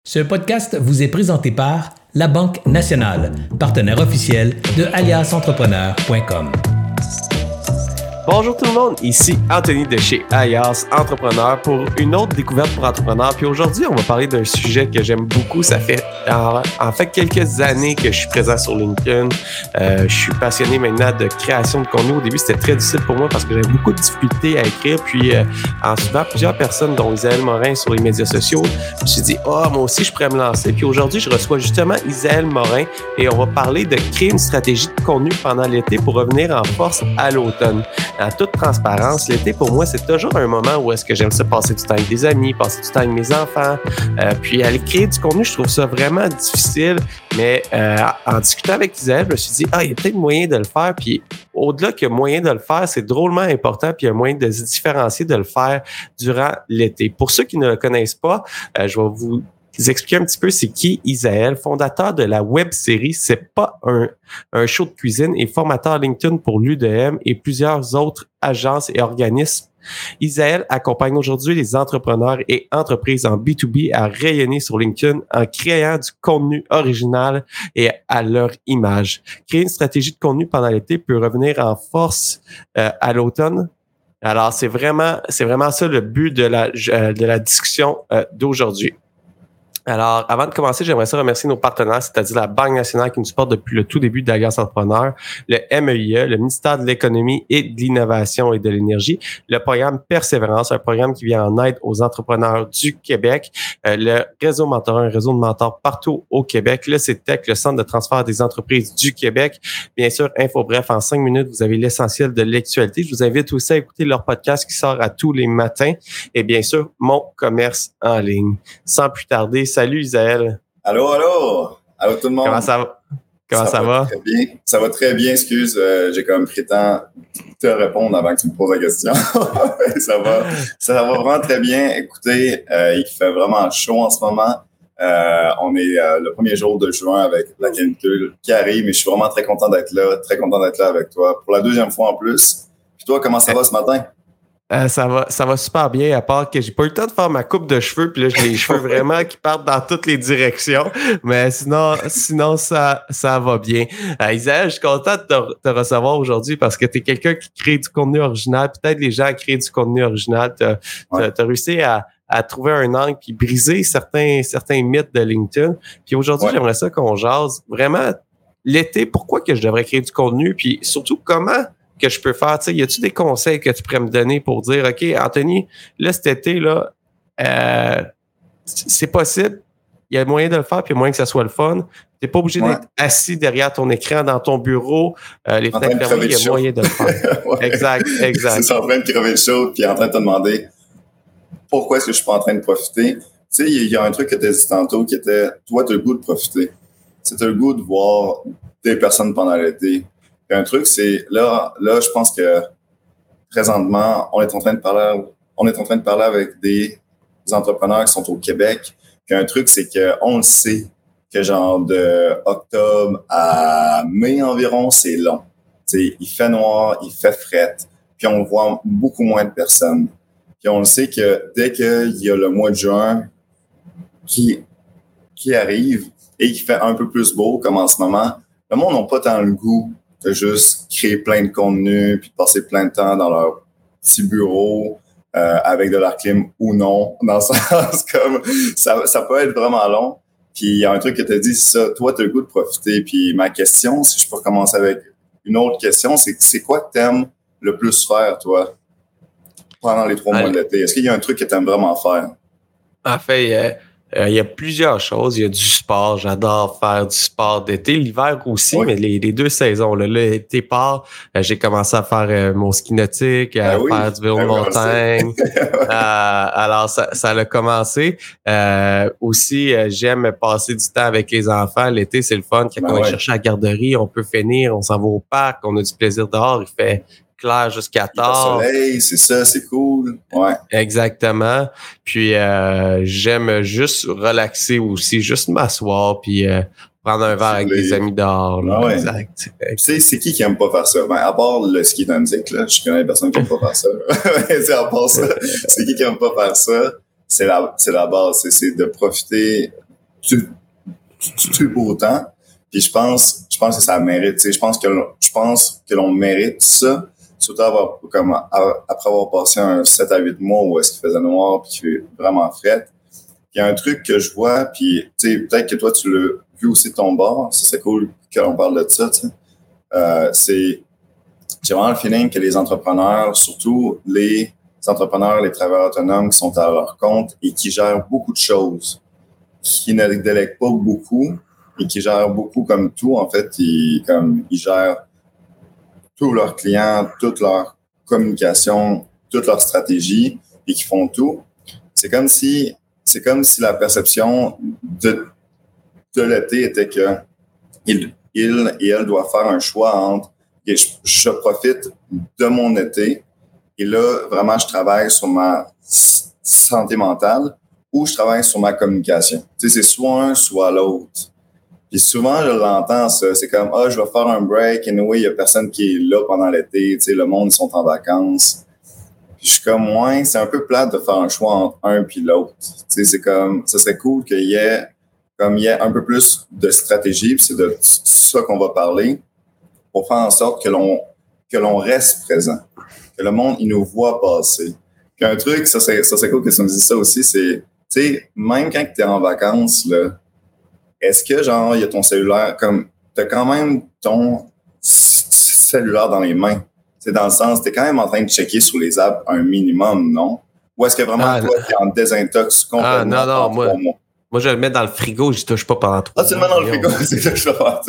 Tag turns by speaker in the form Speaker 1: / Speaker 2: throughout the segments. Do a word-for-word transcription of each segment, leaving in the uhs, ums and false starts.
Speaker 1: Ce podcast vous est présenté par La Banque Nationale, partenaire officiel de alias entrepreneur point com.
Speaker 2: Bonjour tout le monde, ici Anthony de chez Alias Entrepreneur pour une autre découverte pour entrepreneurs. Puis aujourd'hui, on va parler d'un sujet que j'aime beaucoup. Ça fait en, en fait quelques années que je suis présent sur LinkedIn. Euh, je suis passionné maintenant de création de contenu. Au début, c'était très difficile pour moi parce que j'avais beaucoup de difficultés à écrire. Puis euh, en suivant plusieurs personnes, dont Isaël Morin sur les médias sociaux, je me suis dit « Ah, oh, moi aussi, je pourrais me lancer. » Puis aujourd'hui, je reçois justement Isaël Morin et on va parler de créer une stratégie de contenu pendant l'été pour revenir en force à l'automne. En toute transparence, l'été, pour moi, c'est toujours un moment où est-ce que j'aime ça passer du temps avec des amis, passer du temps avec mes enfants. Euh, puis aller créer du contenu, je trouve ça vraiment difficile. Mais euh, en discutant avec Isaël, je me suis dit, ah, il y a peut-être moyen de le faire. Puis au-delà qu'il y a moyen de le faire, c'est drôlement important. Puis il y a moyen de se différencier de le faire durant l'été. Pour ceux qui ne le connaissent pas, euh, je vais vous expliquer un petit peu c'est qui Isaël, fondateur de la web-série C'est pas un, un show de cuisine et formateur LinkedIn pour l'U D M et plusieurs autres agences et organismes. Isaël accompagne aujourd'hui les entrepreneurs et entreprises en B deux B à rayonner sur LinkedIn en créant du contenu original et à leur image. Créer une stratégie de contenu pendant l'été peut revenir en force euh, à l'automne. Alors, c'est vraiment, c'est vraiment ça le but de la, de la discussion euh, d'aujourd'hui. Alors, avant de commencer, j'aimerais ça remercier nos partenaires, c'est-à-dire la Banque Nationale qui nous supporte depuis le tout début d'Alias Entrepreneur, le M E I E, le ministère de l'Économie et de l'Innovation et de l'Énergie, le programme Persévérance, un programme qui vient en aide aux entrepreneurs du Québec, euh, le réseau Mentor, un réseau de mentors partout au Québec, le C T E C, le Centre de transfert des entreprises du Québec, bien sûr, InfoBref, en cinq minutes, vous avez l'essentiel de l'actualité. Je vous invite aussi à écouter leur podcast qui sort à tous les matins et bien sûr, mon commerce en ligne. Sans plus tarder, salut Isaël.
Speaker 3: Allô, allô. Allô tout le monde.
Speaker 2: Comment ça va? Comment ça, ça va? va?
Speaker 3: Très bien. Ça va très bien, excuse. Euh, j'ai quand même pris le temps de te répondre avant que tu me poses la question. ça va ça va vraiment très bien. Écoutez, euh, il fait vraiment chaud en ce moment. Euh, on est euh, le premier jour de juin avec la canicule qui arrive, mais je suis vraiment très content d'être là, très content d'être là avec toi pour la deuxième fois en plus. Puis toi, comment ça va ce matin?
Speaker 2: Euh, ça va, ça va super bien, à part que j'ai pas eu le temps de faire ma coupe de cheveux, puis là j'ai les cheveux vraiment qui partent dans toutes les directions. Mais sinon, sinon ça, ça va bien. Euh, Isaël, je suis content de te, te recevoir aujourd'hui parce que tu es quelqu'un qui crée du contenu original. Peut-être les gens créent du contenu original. Tu as ouais. réussi à, à trouver un angle puis briser certains, certains mythes de LinkedIn. Puis aujourd'hui, ouais. j'aimerais ça qu'on jase vraiment l'été. Pourquoi que je devrais créer du contenu? Puis surtout, comment que je peux faire, tu sais, y a-tu des conseils que tu pourrais me donner pour dire, OK, Anthony, là, cet été, là, euh, c'est possible, il y a moyen de le faire, puis il y a moyen que ça soit le fun. T'es pas obligé ouais. d'être assis derrière ton écran dans ton bureau, euh, les fenêtres fermées, il y a moyen de le faire. ouais. Exact, exact.
Speaker 3: C'est ça, en train de crever le chaud, puis en train de te demander pourquoi est-ce que je suis pas en train de profiter. Tu sais, il y a un truc que tu as dit tantôt qui était, toi, tu as le goût de profiter. C'est le goût de voir des personnes pendant l'été. Un truc, c'est là, là, je pense que présentement, on est en train de parler, on est en train de parler avec des entrepreneurs qui sont au Québec. Puis un truc, c'est que on le sait que genre de octobre à mai environ, c'est long. T'sais, il fait noir, il fait fret, puis on voit beaucoup moins de personnes. Puis on le sait que dès qu'il y a le mois de juin qui qui arrive et qui fait un peu plus beau comme en ce moment, le monde n'a pas tant le goût de juste créer plein de contenu puis de passer plein de temps dans leur petit bureau euh, avec de l'air clim ou non, dans le sens comme ça, ça peut être vraiment long. Puis il y a un truc que tu as dit, c'est ça, toi, tu as le goût de profiter. Puis ma question, si je peux recommencer avec une autre question, c'est c'est quoi que tu aimes le plus faire, toi, pendant les trois mois de l'été? Est-ce qu'il y a un truc que tu aimes vraiment faire?
Speaker 2: En fait, euh, Euh, il y a plusieurs choses. Il y a du sport. J'adore faire du sport d'été. L'hiver aussi, oui. mais les, les deux saisons. Là, l'été part, euh, j'ai commencé à faire euh, mon ski nautique, à ah oui. faire du vélo de montagne. euh, alors, ça, ça a commencé. Euh, aussi, euh, j'aime passer du temps avec les enfants. L'été, c'est le fun. Quand ben on va ouais. chercher à la garderie, on peut finir, on s'en va au parc, on a du plaisir dehors. Il fait clair jusqu'à tard.
Speaker 3: Le soleil, c'est ça, c'est cool. Ouais.
Speaker 2: Exactement. Puis euh, j'aime juste relaxer aussi, juste m'asseoir puis euh, prendre un verre avec les... des amis dehors. Là.
Speaker 3: Ah ouais.
Speaker 2: Exact.
Speaker 3: Tu sais, c'est qui qui aime pas faire ça? Ben, à part le ski nautique, là, je connais personne qui aime pas faire ça. c'est à part ça, c'est qui qui aime pas faire ça? C'est la, c'est la base, c'est, c'est de profiter tu, tu, tu pour autant. Puis je pense, je pense que ça mérite. Tu sais, je pense que je pense que l'on mérite ça, surtout avoir, comme après avoir passé un sept à huit mois où est-ce qu'il faisait noir puis qu'il fait vraiment fret. Il y a un truc que je vois, puis tu sais, peut-être que toi tu l'as vu aussi de ton bord. Ça c'est cool qu'on parle de ça. Tu sais, euh, c'est j'ai vraiment le feeling que les entrepreneurs, surtout les entrepreneurs, les travailleurs autonomes qui sont à leur compte et qui gèrent beaucoup de choses, qui ne délèguent pas beaucoup et qui gèrent beaucoup comme tout. En fait, ils, comme, ils gèrent tous leurs clients, toute leur communication, toute leur stratégie et qui font tout. C'est comme si, c'est comme si la perception de, de l'été était que il, il et elle doivent faire un choix entre je, je profite de mon été et là, vraiment, je travaille sur ma santé mentale ou je travaille sur ma communication. Tu sais, c'est soit un, soit l'autre. Puis souvent, je l'entends, ça. C'est comme, ah, je vais faire un break. Anyway, il y a personne qui est là pendant l'été. Tu sais, le monde, ils sont en vacances. Puis je suis comme, ouais, c'est un peu plate de faire un choix entre un puis l'autre. Tu sais, c'est comme, ça serait cool qu'il y ait, comme, il y ait un peu plus de stratégie. Puis c'est de ça qu'on va parler pour faire en sorte que l'on, que l'on reste présent. Que le monde, il nous voit passer. Puis un truc, ça c'est, ça c'est cool que tu me dises ça aussi, c'est, tu sais, même quand tu es en vacances, là, est-ce que, genre, il y a ton cellulaire, comme, t'as quand même ton cellulaire dans les mains? C'est dans le sens, t'es quand même en train de checker sur les apps un minimum, non? Ou est-ce que vraiment, ah, toi, t'es en désintox complètement?
Speaker 2: Ah, non, non, moi, moi, je le mets dans le frigo, j'y touche pas pendant trois
Speaker 3: Ah, tu le mets dans le frigo, c'est ça que je vais faire,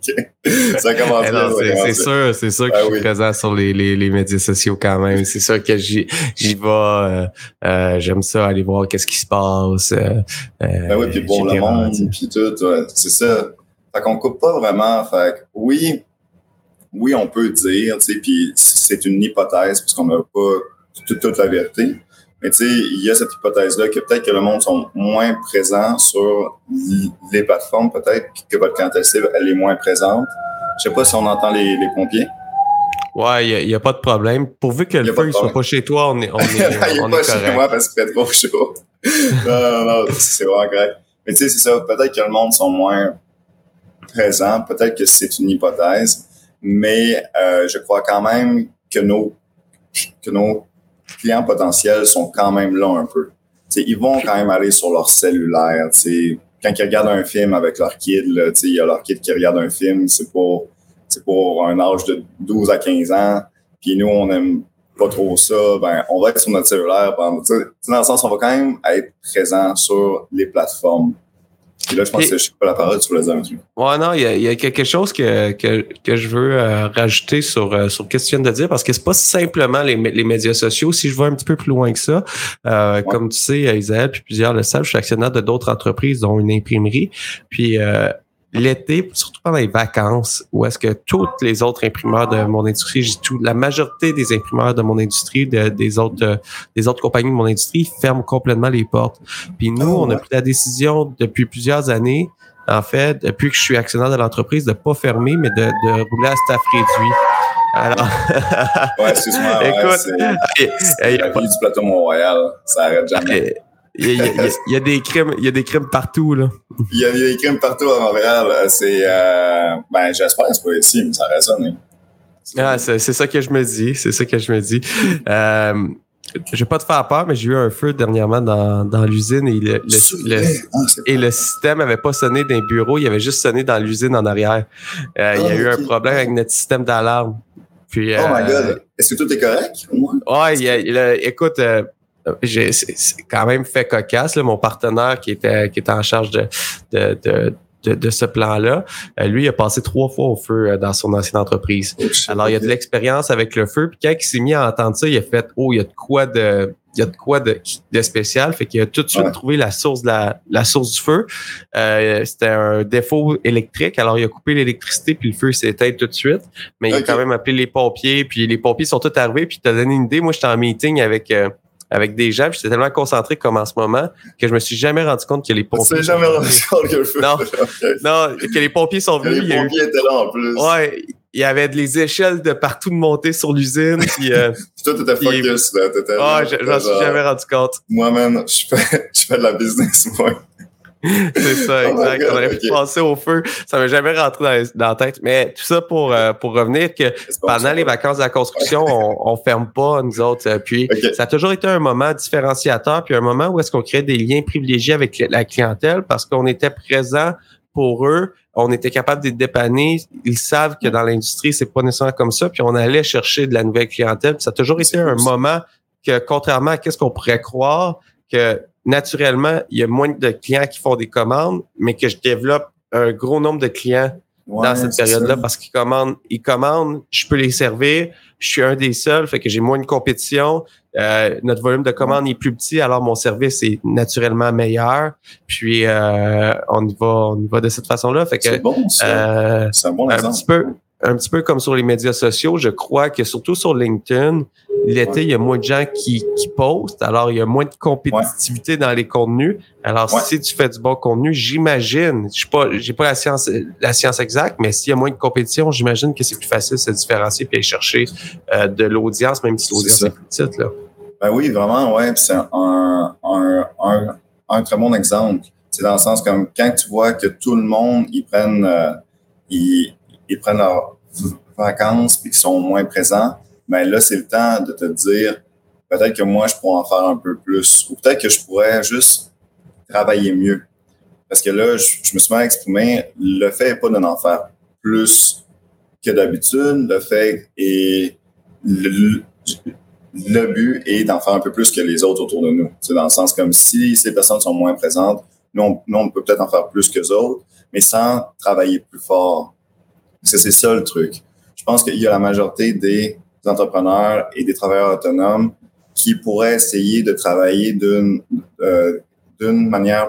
Speaker 3: OK. Ça commence bien.
Speaker 2: C'est, c'est sûr, c'est sûr que ah, je suis oui. présent sur les, les, les médias sociaux quand même. C'est sûr que j'y, j'y vais, euh, euh, j'aime ça, aller voir qu'est-ce qui se passe. Euh,
Speaker 3: ben oui, puis pour le monde, puis tout, ouais, c'est ça. Fait qu'on coupe pas vraiment. Fait que oui, oui, on peut dire, tu sais, puis c'est une hypothèse, parce qu'on n'a pas toute, toute la vérité. Mais tu sais, il y a cette hypothèse-là que peut-être que le monde sont moins présents sur les plateformes, peut-être que votre clientèle cible, elle est moins présente. Je sais pas si on entend les, les pompiers.
Speaker 2: Ouais, il n'y a, a pas de problème. Pourvu que le feu ne soit pas chez toi, on est, on est,
Speaker 3: il
Speaker 2: on
Speaker 3: est pas
Speaker 2: est correct.
Speaker 3: Chez moi parce qu'il fait trop chaud. non, non, non, c'est vraiment correct. Mais tu sais, c'est ça. Peut-être que le monde sont moins présents. Peut-être que c'est une hypothèse. Mais euh, je crois quand même que nos, que nos clients potentiels sont quand même là un peu. T'sais, ils vont quand même aller sur leur cellulaire. T'sais. Quand ils regardent un film avec leur kid, il y a leur kid qui regarde un film, c'est pour, c'est pour un âge de douze à quinze ans. Puis nous, on n'aime pas trop ça. Ben, on va être sur notre cellulaire. Pendant, dans le sens, on va quand même être présent sur les plateformes. Et là, je pense Et, que je sais pas la parole, tu voulais dire un truc.
Speaker 2: Ouais, non, il y a, y a quelque chose que, que, que je veux euh, rajouter sur, euh, sur ce que tu viens de dire, parce que c'est pas simplement les, les médias sociaux. Si je vais un petit peu plus loin que ça, euh, ouais. Comme tu sais, Isaël, puis plusieurs le savent, je suis actionnaire de d'autres entreprises, dont une imprimerie. Puis euh, l'été, surtout pendant les vacances, où est-ce que toutes les autres imprimeurs de mon industrie, j'ai tout, la majorité des imprimeurs de mon industrie, de, des autres euh, des autres compagnies de mon industrie, ferment complètement les portes. Puis nous, oh, on a ouais. pris la décision depuis plusieurs années, en fait, depuis que je suis actionnaire de l'entreprise, de pas fermer, mais de, de rouler à staff réduit. Alors,
Speaker 3: ouais, excuse-moi.
Speaker 2: Écoute,
Speaker 3: ouais, c'est, c'est la vie du plateau Mont-Royal, ça arrête jamais.
Speaker 2: Il y, a, il, y a, il y a des crimes, il y a des crimes partout, là.
Speaker 3: Il y a, il y a des crimes partout à Montréal. C'est, euh, ben, j'espère que c'est pas ici, mais ça résonne. Hein.
Speaker 2: C'est, ah, c'est, c'est ça que je me dis. C'est ça que je me dis. Euh, je vais pas te faire peur, mais j'ai eu un feu dernièrement dans, dans l'usine et le, le, le, ah, et le système avait pas sonné dans les bureaux, il avait juste sonné dans l'usine en arrière. Euh, oh, il y a eu okay. un problème avec notre système d'alarme. Puis,
Speaker 3: oh
Speaker 2: euh,
Speaker 3: my God! Est-ce que tout est correct?
Speaker 2: Ouais, il y a, il a, écoute, euh, J'ai, c'est, c'est quand même fait cocasse, là, mon partenaire qui était qui était en charge de de de de, de ce plan-là, euh, lui il a passé trois fois au feu euh, dans son ancienne entreprise. Oh, alors il a de l'expérience avec le feu, puis quand il s'est mis à entendre ça, il a fait oh il y a de quoi de il y a de quoi de, de spécial, fait qu'il a tout de suite ouais. trouvé la source de la la source du feu. Euh, c'était un défaut électrique, alors il a coupé l'électricité puis le feu s'est éteint tout de suite, mais okay. il a quand même appelé les pompiers, puis les pompiers sont tous arrivés, puis t'as donné une idée, moi j'étais en meeting avec euh, avec des gens, puis j'étais tellement concentré comme en ce moment que je me suis jamais rendu compte que les pompiers...
Speaker 3: Tu t'es jamais rendu compte que le feu...
Speaker 2: Non, non, que les pompiers sont venus.
Speaker 3: Que les pompiers eu... étaient là en plus.
Speaker 2: Ouais, il y avait des échelles de partout de montée sur l'usine. Puis, euh,
Speaker 3: puis toi, t'étais focus, là. T'étais
Speaker 2: ah, je, j'en suis jamais rendu compte.
Speaker 3: Moi, man, je fais, je fais de la business, moi.
Speaker 2: C'est ça, exact. Oh God, on aurait okay. pu passer au feu. Ça m'est jamais rentré dans, dans la tête. Mais tout ça pour, euh, pour revenir que bon, pendant ça, les vacances de la construction, on, on ferme pas, nous autres. Puis okay. ça a toujours été un moment différenciateur, puis un moment où est-ce qu'on crée des liens privilégiés avec la clientèle parce qu'on était présent pour eux. On était capable de les dépanner. Ils savent que dans l'industrie, c'est pas nécessairement comme ça. Puis on allait chercher de la nouvelle clientèle. Puis ça a toujours été un moment que, contrairement à ce qu'on pourrait croire, que naturellement, il y a moins de clients qui font des commandes, mais que je développe un gros nombre de clients ouais, dans cette période-là ça. Parce qu'ils commandent, ils commandent, je peux les servir, je suis un des seuls, fait que j'ai moins de compétition, euh, notre volume de commandes ouais. est plus petit, alors mon service est naturellement meilleur, puis euh, on y va, on y va de cette façon-là, fait que
Speaker 3: c'est bon, ça. Euh, c'est un bon exemple.
Speaker 2: Un petit peu, un petit peu comme sur les médias sociaux, je crois que surtout sur LinkedIn, l'été, ouais. il y a moins de gens qui, qui postent, alors il y a moins de compétitivité ouais. dans les contenus. Alors, ouais. si tu fais du bon contenu, j'imagine, je sais pas, j'ai pas la science, la science exacte, mais s'il y a moins de compétition, j'imagine que c'est plus facile de se différencier et aller chercher euh, de l'audience, même si l'audience est, est plus petite, là.
Speaker 3: Ben oui, vraiment, ouais. C'est un, un, un, un très bon exemple. C'est dans le sens comme quand tu vois que tout le monde, ils prennent, euh, ils, ils prennent leurs vacances puis qu'ils sont moins présents, ben là, c'est le temps de te dire peut-être que moi, je pourrais en faire un peu plus ou peut-être que je pourrais juste travailler mieux. Parce que là, je, je me suis mal exprimé, le fait n'est pas de n'en faire plus que d'habitude, le fait est le, le but est d'en faire un peu plus que les autres autour de nous. C'est dans le sens comme si ces personnes sont moins présentes, nous, on, nous, on peut peut-être en faire plus qu'eux autres, mais sans travailler plus fort. Parce que c'est ça le truc. Je pense qu'il y a la majorité des entrepreneurs et des travailleurs autonomes qui pourraient essayer de travailler d'une euh, d'une manière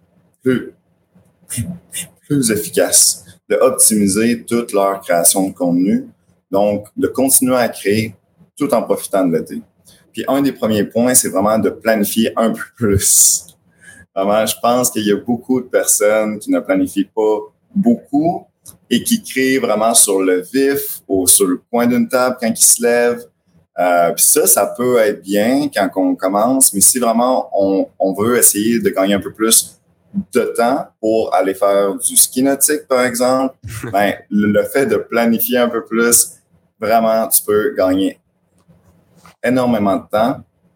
Speaker 3: plus, plus, plus efficace, de optimiser toute leur création de contenu, donc de continuer à créer tout en profitant de l'été. Puis un des premiers points, c'est vraiment de planifier un peu plus. Vraiment, je pense qu'il y a beaucoup de personnes qui ne planifient pas beaucoup et qui créent vraiment sur le vif ou sur le coin d'une table quand ils se lèvent. Euh, puis ça, ça peut être bien quand on commence, mais si vraiment on, on veut essayer de gagner un peu plus de temps pour aller faire du ski nautique, par exemple, ben, le fait de planifier un peu plus, vraiment, tu peux gagner énormément de temps.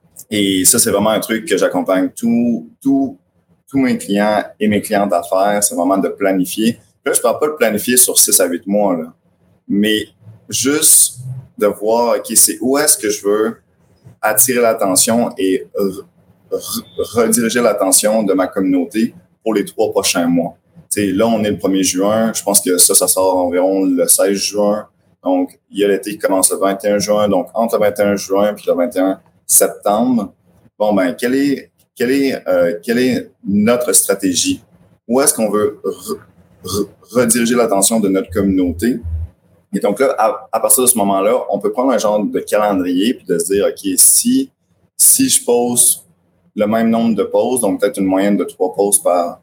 Speaker 3: Et ça, c'est vraiment un truc que j'accompagne tous tout, tous mes clients et mes clients d'affaires, c'est vraiment de planifier. Là, je ne parle pas de planifier sur six à huit mois, là, mais juste de voir, OK, c'est où est-ce que je veux attirer l'attention et re- re- rediriger l'attention de ma communauté pour les trois prochains mois. T'sais, là, on est le premier juin. Je pense que ça, ça sort environ le seize juin. Donc, il y a l'été qui commence le vingt et un juin. Donc, entre le vingt et un juin et le vingt et un septembre, bon, ben, quelle est, quelle est, euh, quelle est notre stratégie? Où est-ce qu'on veut re- re- rediriger l'attention de notre communauté? Et donc là, à, à partir de ce moment-là, on peut prendre un genre de calendrier puis de se dire, OK, si, si je pose le même nombre de pauses, donc peut-être une moyenne de trois pauses par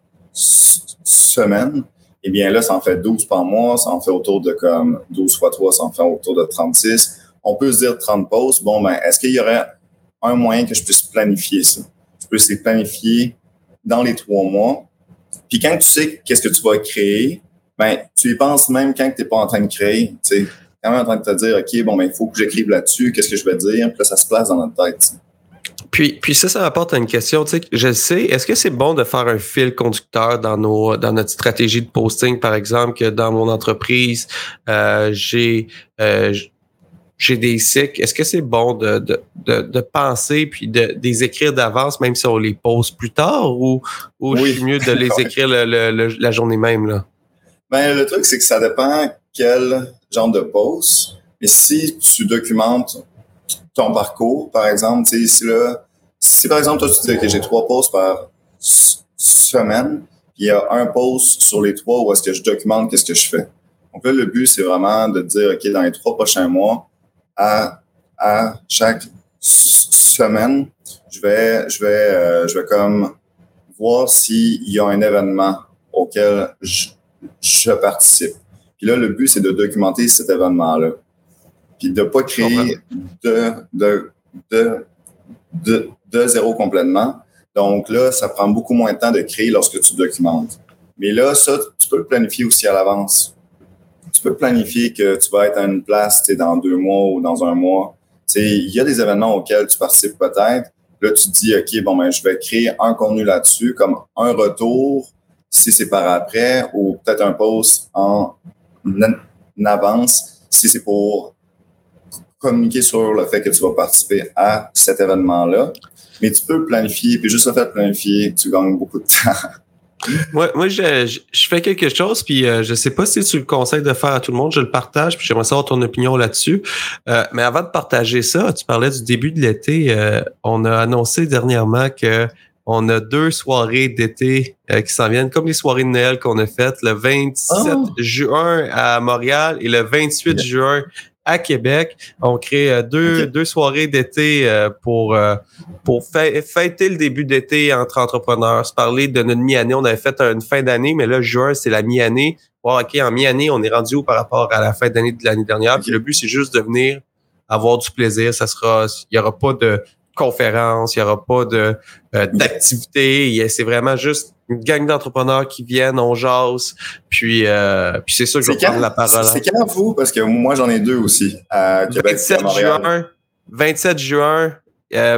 Speaker 3: s- semaine, eh bien là, ça en fait douze par mois, ça en fait autour de comme douze fois trois, ça en fait autour de trente-six. On peut se dire trente pauses. Bon, ben, est-ce qu'il y aurait un moyen que je puisse planifier ça? Je peux essayer de planifier dans les trois mois. Puis quand tu sais qu'est-ce que tu vas créer, ben, tu y penses même quand tu n'es pas en train de créer. Tu sais, quand même en train de te dire, OK, bon, ben, il faut que j'écrive là-dessus, qu'est-ce que je vais dire? Puis là, ça se place dans notre tête. T'sais.
Speaker 2: Puis, puis ça, ça m'apporte à une question. Tu sais, je sais, est-ce que c'est bon de faire un fil conducteur dans nos, dans notre stratégie de posting, par exemple, que dans mon entreprise, euh, j'ai, euh, j'ai des cycles. Est-ce que c'est bon de, de, de, de penser puis de, de les écrire d'avance, même si on les pose plus tard, ou, ou oui. C'est mieux de les écrire le, le, le, la journée même, là?
Speaker 3: Ben, le truc, c'est que ça dépend quel genre de post. Et si tu documentes ton parcours, par exemple, tu sais, si là, si par exemple, toi, tu dis que j'ai trois posts par s- semaine, puis il y a un post sur les trois où est-ce que je documente qu'est-ce que je fais. Donc là, le but, c'est vraiment de dire, OK, dans les trois prochains mois, à, à chaque s- semaine, je vais, je vais, euh, je vais comme voir s'il y a un événement auquel je, je participe. Puis là, le but, c'est de documenter cet événement-là. Puis de ne pas créer de, de, de, de, de zéro complètement, Donc là, ça prend beaucoup moins de temps de créer lorsque tu documentes. Mais là, ça, tu peux le planifier aussi à l'avance. Tu peux planifier que tu vas être à une place dans deux mois ou dans un mois. Il y a des événements auxquels tu participes peut-être. Là, tu te dis, OK, bon, ben, je vais créer un contenu là-dessus, comme un retour, si c'est par après, ou peut-être un post en, en avance, si c'est pour communiquer sur le fait que tu vas participer à cet événement-là. Mais tu peux planifier, puis juste le fait de planifier, tu gagnes beaucoup de temps.
Speaker 2: Moi, moi je, je, je fais quelque chose, puis euh, je sais pas si tu le conseilles de faire à tout le monde, je le partage, puis j'aimerais savoir ton opinion là-dessus. Euh, mais avant de partager ça, tu parlais du début de l'été. Euh, on a annoncé dernièrement que on a deux soirées d'été euh, qui s'en viennent, comme les soirées de Noël qu'on a faites le vingt-sept oh. juin à Montréal et le vingt-huit yeah. juin à Québec. On crée euh, deux, okay. deux soirées d'été euh, pour euh, pour fê- fêter le début d'été entre entrepreneurs. Se parler de notre mi-année. On avait fait une fin d'année, mais là, juin, c'est la mi-année. Bon, OK, en mi-année, on est rendu où par rapport à la fin d'année de l'année dernière? Okay. Puis le but, c'est juste de venir avoir du plaisir. Ça sera, il y aura pas de conférence, il y aura pas de euh, d'activité. C'est vraiment juste une gang d'entrepreneurs qui viennent, on jase, puis, euh, puis c'est ça que je vais prendre la parole.
Speaker 3: C'est, c'est quand vous? Parce que moi, j'en ai deux aussi, à Québec et à Montréal.
Speaker 2: Juin, vingt-sept juin, euh,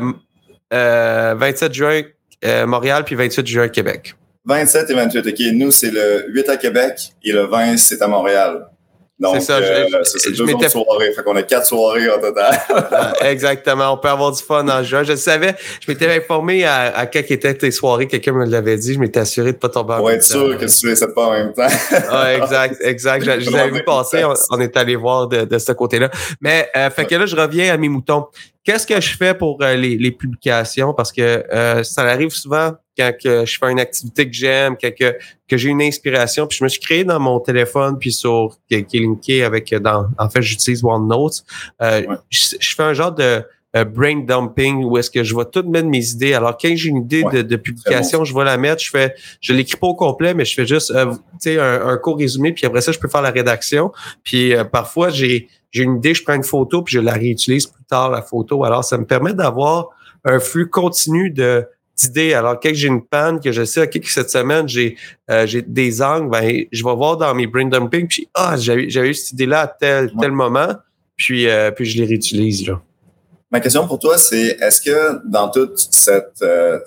Speaker 2: euh, vingt-sept juin, euh, Montréal, puis vingt-huit juin, Québec.
Speaker 3: vingt-sept et vingt-huit, OK. Nous, c'est le huit à Québec et le vingt, c'est à Montréal. Donc, c'est ça, euh, je, c'est, c'est deux autres soirées. Fait qu'on a quatre soirées en total.
Speaker 2: Exactement. On peut avoir du fun en juin. Je le savais. Je m'étais informé à, à quand étaient tes soirées. Quelqu'un me l'avait dit. Je m'étais assuré de pas tomber en
Speaker 3: même temps. Pour être sûr que tu les sais pas en même temps.
Speaker 2: Ah, exact, exact. Je, je l'avais vu passer. On, on est allé voir de, de ce côté-là. Mais, euh, fait que là, je reviens à mes moutons. Qu'est-ce que je fais pour euh, les, les publications? Parce que euh, ça arrive souvent quand que je fais une activité que j'aime, quand que, que j'ai une inspiration, puis je me suis créé dans mon téléphone, puis sur qui est linké avec dans en fait j'utilise OneNote. Euh, ouais. je, je fais un genre de euh, brain dumping où est-ce que je vais tout mettre mes idées. Alors quand j'ai une idée ouais, de, de publication, bon. je vais la mettre, je fais, je l'écris pas au complet, mais je fais juste euh, tu sais un, un court résumé, puis après ça je peux faire la rédaction. Puis euh, parfois j'ai j'ai une idée, je prends une photo, puis je la réutilise plus tard la photo. Alors ça me permet d'avoir un flux continu de d'idées. Alors, quand j'ai une panne, que je sais, OK, que cette semaine, j'ai euh, j'ai des angles, ben, je vais voir dans mes brain dumping, puis ah, j'avais, j'avais eu cette idée-là à tel, tel ouais. moment, puis, euh, puis je les réutilise, là.
Speaker 3: Ma question pour toi, c'est, est-ce que dans toute cette, euh,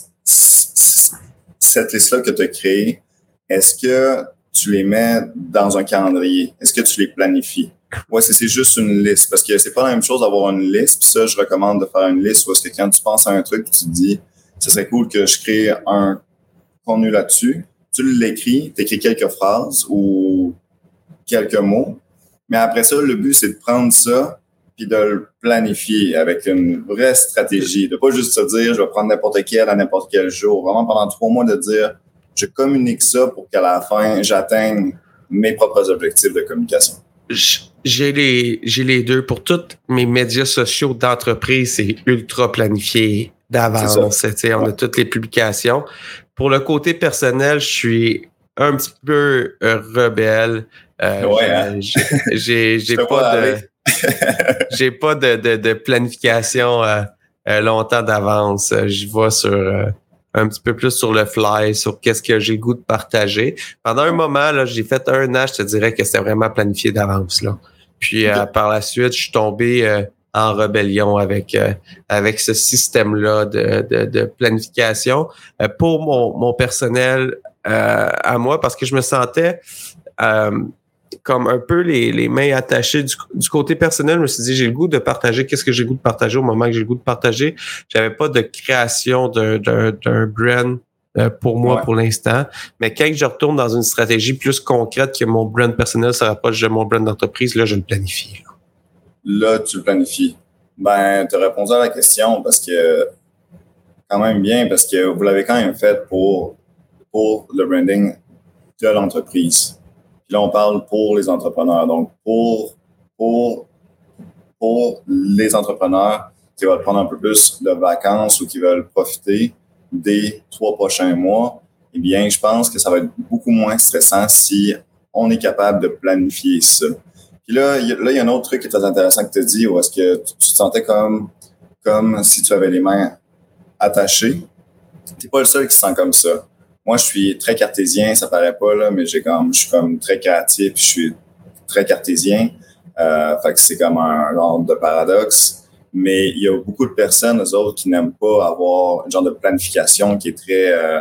Speaker 3: cette liste-là que tu as créée, est-ce que tu les mets dans un calendrier? Est-ce que tu les planifies? Ouais, c'est, c'est juste une liste, parce que c'est pas la même chose d'avoir une liste, puis ça, je recommande de faire une liste, parce que quand tu penses à un truc, tu te dis, ce serait cool que je crée un contenu là-dessus. Tu l'écris, tu écris quelques phrases ou quelques mots. Mais après ça, le but, c'est de prendre ça puis de le planifier avec une vraie stratégie. De pas juste se dire, je vais prendre n'importe quel à n'importe quel jour. Vraiment, pendant trois mois, de dire, je communique ça pour qu'à la fin, j'atteigne mes propres objectifs de communication.
Speaker 2: J'ai les, j'ai les deux. Pour tous mes médias sociaux d'entreprise, c'est ultra planifié d'avance. On ouais. a toutes les publications. Pour le côté personnel, je suis un petit peu euh, rebelle. Euh,
Speaker 3: ouais, hein?
Speaker 2: j'ai, j'ai, j'ai pas de, j'ai pas de, de, de planification euh, euh, longtemps d'avance. Je vais sur euh, un petit peu plus sur le fly, sur qu'est-ce que j'ai le goût de partager. Pendant un moment, là, j'ai fait un an, je te dirais que c'était vraiment planifié d'avance, là. Puis okay. euh, par la suite, je suis tombé euh, en rébellion avec euh, avec ce système-là de, de, de planification euh, pour mon, mon personnel euh, à moi, parce que je me sentais euh, comme un peu les, les mains attachées du, du côté personnel. Je me suis dit, j'ai le goût de partager. Qu'est-ce que j'ai le goût de partager au moment que j'ai le goût de partager? J'avais pas de création d'un, d'un, d'un brand euh, pour moi ouais. pour l'instant. Mais quand je retourne dans une stratégie plus concrète que mon brand personnel se rapproche de mon brand d'entreprise, là, je le planifie.
Speaker 3: Là, là tu le planifies. Ben, tu as répondu à la question parce que quand même bien, parce que vous l'avez quand même fait pour, pour le branding de l'entreprise. Puis là, on parle pour les entrepreneurs. Donc, pour, pour, pour les entrepreneurs qui veulent prendre un peu plus de vacances ou qui veulent profiter des trois prochains mois, eh bien, je pense que ça va être beaucoup moins stressant si on est capable de planifier ça. Puis là, il y a, là, il y a un autre truc qui est très intéressant que tu as dit, où est-ce que tu, tu te sentais comme, comme si tu avais les mains attachées. t'es pas le seul qui se sent comme ça. Moi, je suis très cartésien, ça paraît pas, là, mais j'ai comme, je suis comme très créatif, puis je suis très cartésien. Euh, fait que c'est comme un genre de paradoxe. Mais il y a beaucoup de personnes, eux autres, qui n'aiment pas avoir un genre de planification qui est très euh,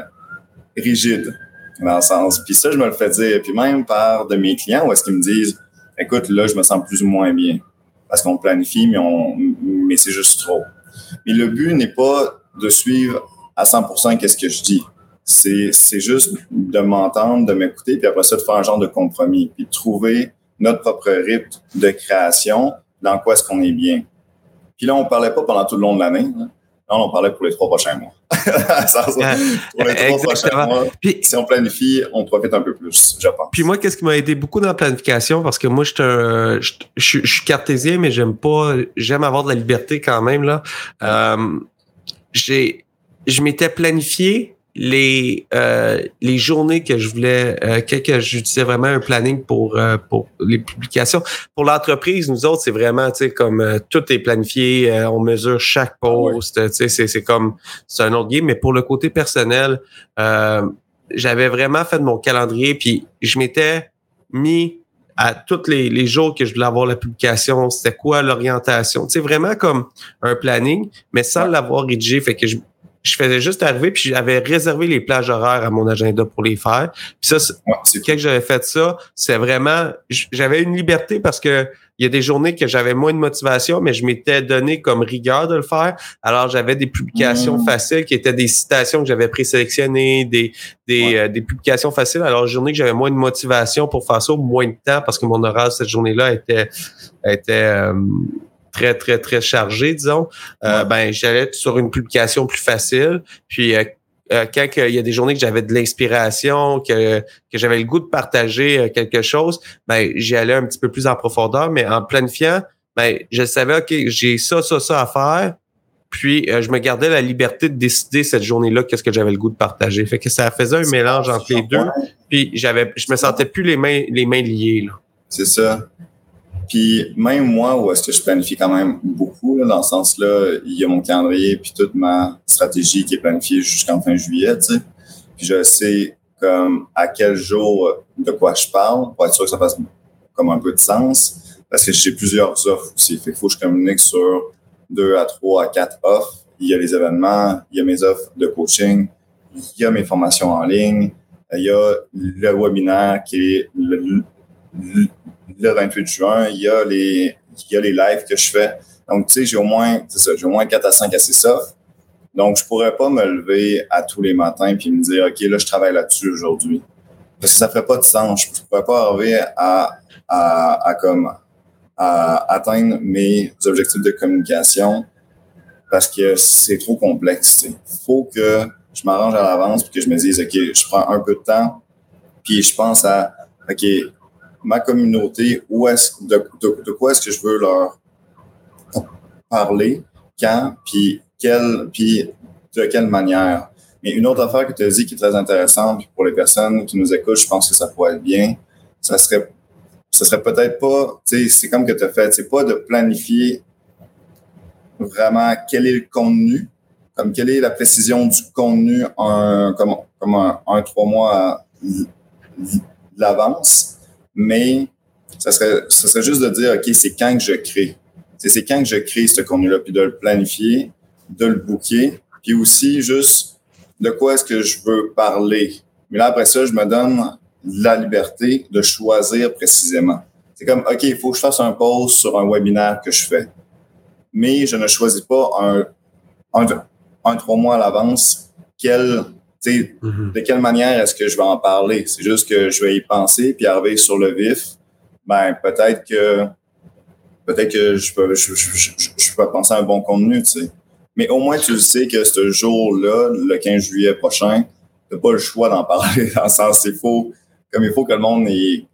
Speaker 3: rigide, dans le sens. Puis ça, je me le fais dire. Puis même par de mes clients, où est-ce qu'ils me disent, écoute, là, je me sens plus ou moins bien. Parce qu'on planifie, mais on, mais c'est juste trop. Mais le but n'est pas de suivre à cent pour cent qu'est-ce que je dis. C'est, c'est juste de m'entendre, de m'écouter, puis après ça, de faire un genre de compromis, puis de trouver notre propre rythme de création, dans quoi est-ce qu'on est bien. Puis là, on parlait pas pendant tout le long de l'année. Là, là on parlait pour les trois prochains mois. Ça, pour les trois prochains mois, puis, si on planifie, on profite un peu plus, je pense.
Speaker 2: Puis moi, qu'est-ce qui m'a aidé beaucoup dans la planification, parce que moi, je un, je, je, je suis cartésien, mais j'aime pas, j'aime avoir de la liberté quand même, là. Euh, j'ai, je m'étais planifié les euh, les journées que je voulais euh, que, que j'utilisais vraiment un planning pour euh, pour les publications. Pour l'entreprise, nous autres, c'est vraiment, tu sais, comme euh, tout est planifié, euh, on mesure chaque post, tu sais, c'est c'est comme c'est un autre game. Mais pour le côté personnel, euh, j'avais vraiment fait de mon calendrier, puis je m'étais mis à tous les, les jours que je voulais avoir la publication, c'était quoi l'orientation, tu sais, vraiment comme un planning, mais sans l'avoir rédigé, fait que je Je faisais juste arriver, puis j'avais réservé les plages horaires à mon agenda pour les faire. Puis ça, c'est, ouais, c'est quand cool. J'avais fait ça, c'est vraiment... J'avais une liberté parce que il y a des journées que j'avais moins de motivation, mais je m'étais donné comme rigueur de le faire. Alors, j'avais des publications mmh. faciles qui étaient des citations que j'avais présélectionnées, des des, ouais. euh, des publications faciles. Alors, journée que j'avais moins de motivation pour faire ça, moins de temps, parce que mon horaire cette journée-là était... était euh, très, très, très chargé, disons, euh, ouais. ben j'allais sur une publication plus facile. Puis euh, euh, quand il y a des journées que j'avais de l'inspiration, que, que j'avais le goût de partager euh, quelque chose, ben j'y allais un petit peu plus en profondeur. Mais en planifiant, ben je savais, OK, j'ai ça, ça, ça à faire. Puis euh, je me gardais la liberté de décider cette journée-là qu'est-ce que j'avais le goût de partager. Fait que ça faisait un c'est mélange entre les deux. Puis j'avais, je me sentais plus les mains, les mains liées, là.
Speaker 3: C'est ça. Puis même moi, où est-ce que je planifie quand même beaucoup, là, dans ce sens-là, il y a mon calendrier puis toute ma stratégie qui est planifiée jusqu'en fin juillet, tu sais. Puis je sais comme à quel jour de quoi je parle pour être sûr que ça fasse comme un peu de sens. Parce que j'ai plusieurs offres aussi. Fait qu'il faut que je communique sur deux à trois à quatre offres. Il y a les événements, il y a mes offres de coaching, il y a mes formations en ligne, il y a le webinaire qui est le, le le vingt-huit juin, il y a les, il y a les lives que je fais. Donc, tu sais, j'ai au moins, c'est ça, j'ai au moins quatre à cinq à six offres. Donc, je pourrais pas me lever à tous les matins puis me dire, OK, là, je travaille là-dessus aujourd'hui. Parce que ça ferait pas de sens. Je pourrais pas arriver à, à, à comme, à atteindre mes objectifs de communication parce que c'est trop complexe, tu sais. Faut que je m'arrange à l'avance puis que je me dise, OK, je prends un peu de temps puis je pense à, OK, ma communauté, où est-ce, de, de, de quoi est-ce que je veux leur parler, quand, puis quelle, puis de quelle manière. Mais une autre affaire que tu as dit qui est très intéressante, puis pour les personnes qui nous écoutent, je pense que ça pourrait être bien, ça serait, ça serait peut-être pas, tu sais, c'est comme que tu as fait, c'est pas de planifier vraiment quel est le contenu, comme quelle est la précision du contenu, un, comme, comme un, un trois mois à l'avance. Mais ça serait, ça serait juste de dire, OK, c'est quand que je crée. C'est, c'est quand que je crée ce contenu-là, puis de le planifier, de le booker, puis aussi juste de quoi est-ce que je veux parler. Mais là, après ça, je me donne la liberté de choisir précisément. C'est comme, OK, il faut que je fasse un post sur un webinaire que je fais. Mais je ne choisis pas un, un, un trois mois à l'avance quel... Mm-hmm. De quelle manière est-ce que je vais en parler? C'est juste que je vais y penser, puis arriver sur le vif, ben peut-être que peut-être que je peux, je, je, je, je peux penser à un bon contenu, tu sais. Mais au moins, tu le sais que ce jour-là, le quinze juillet prochain, tu n'as pas le choix d'en parler, dans le sens il faut, comme il faut que le monde ait,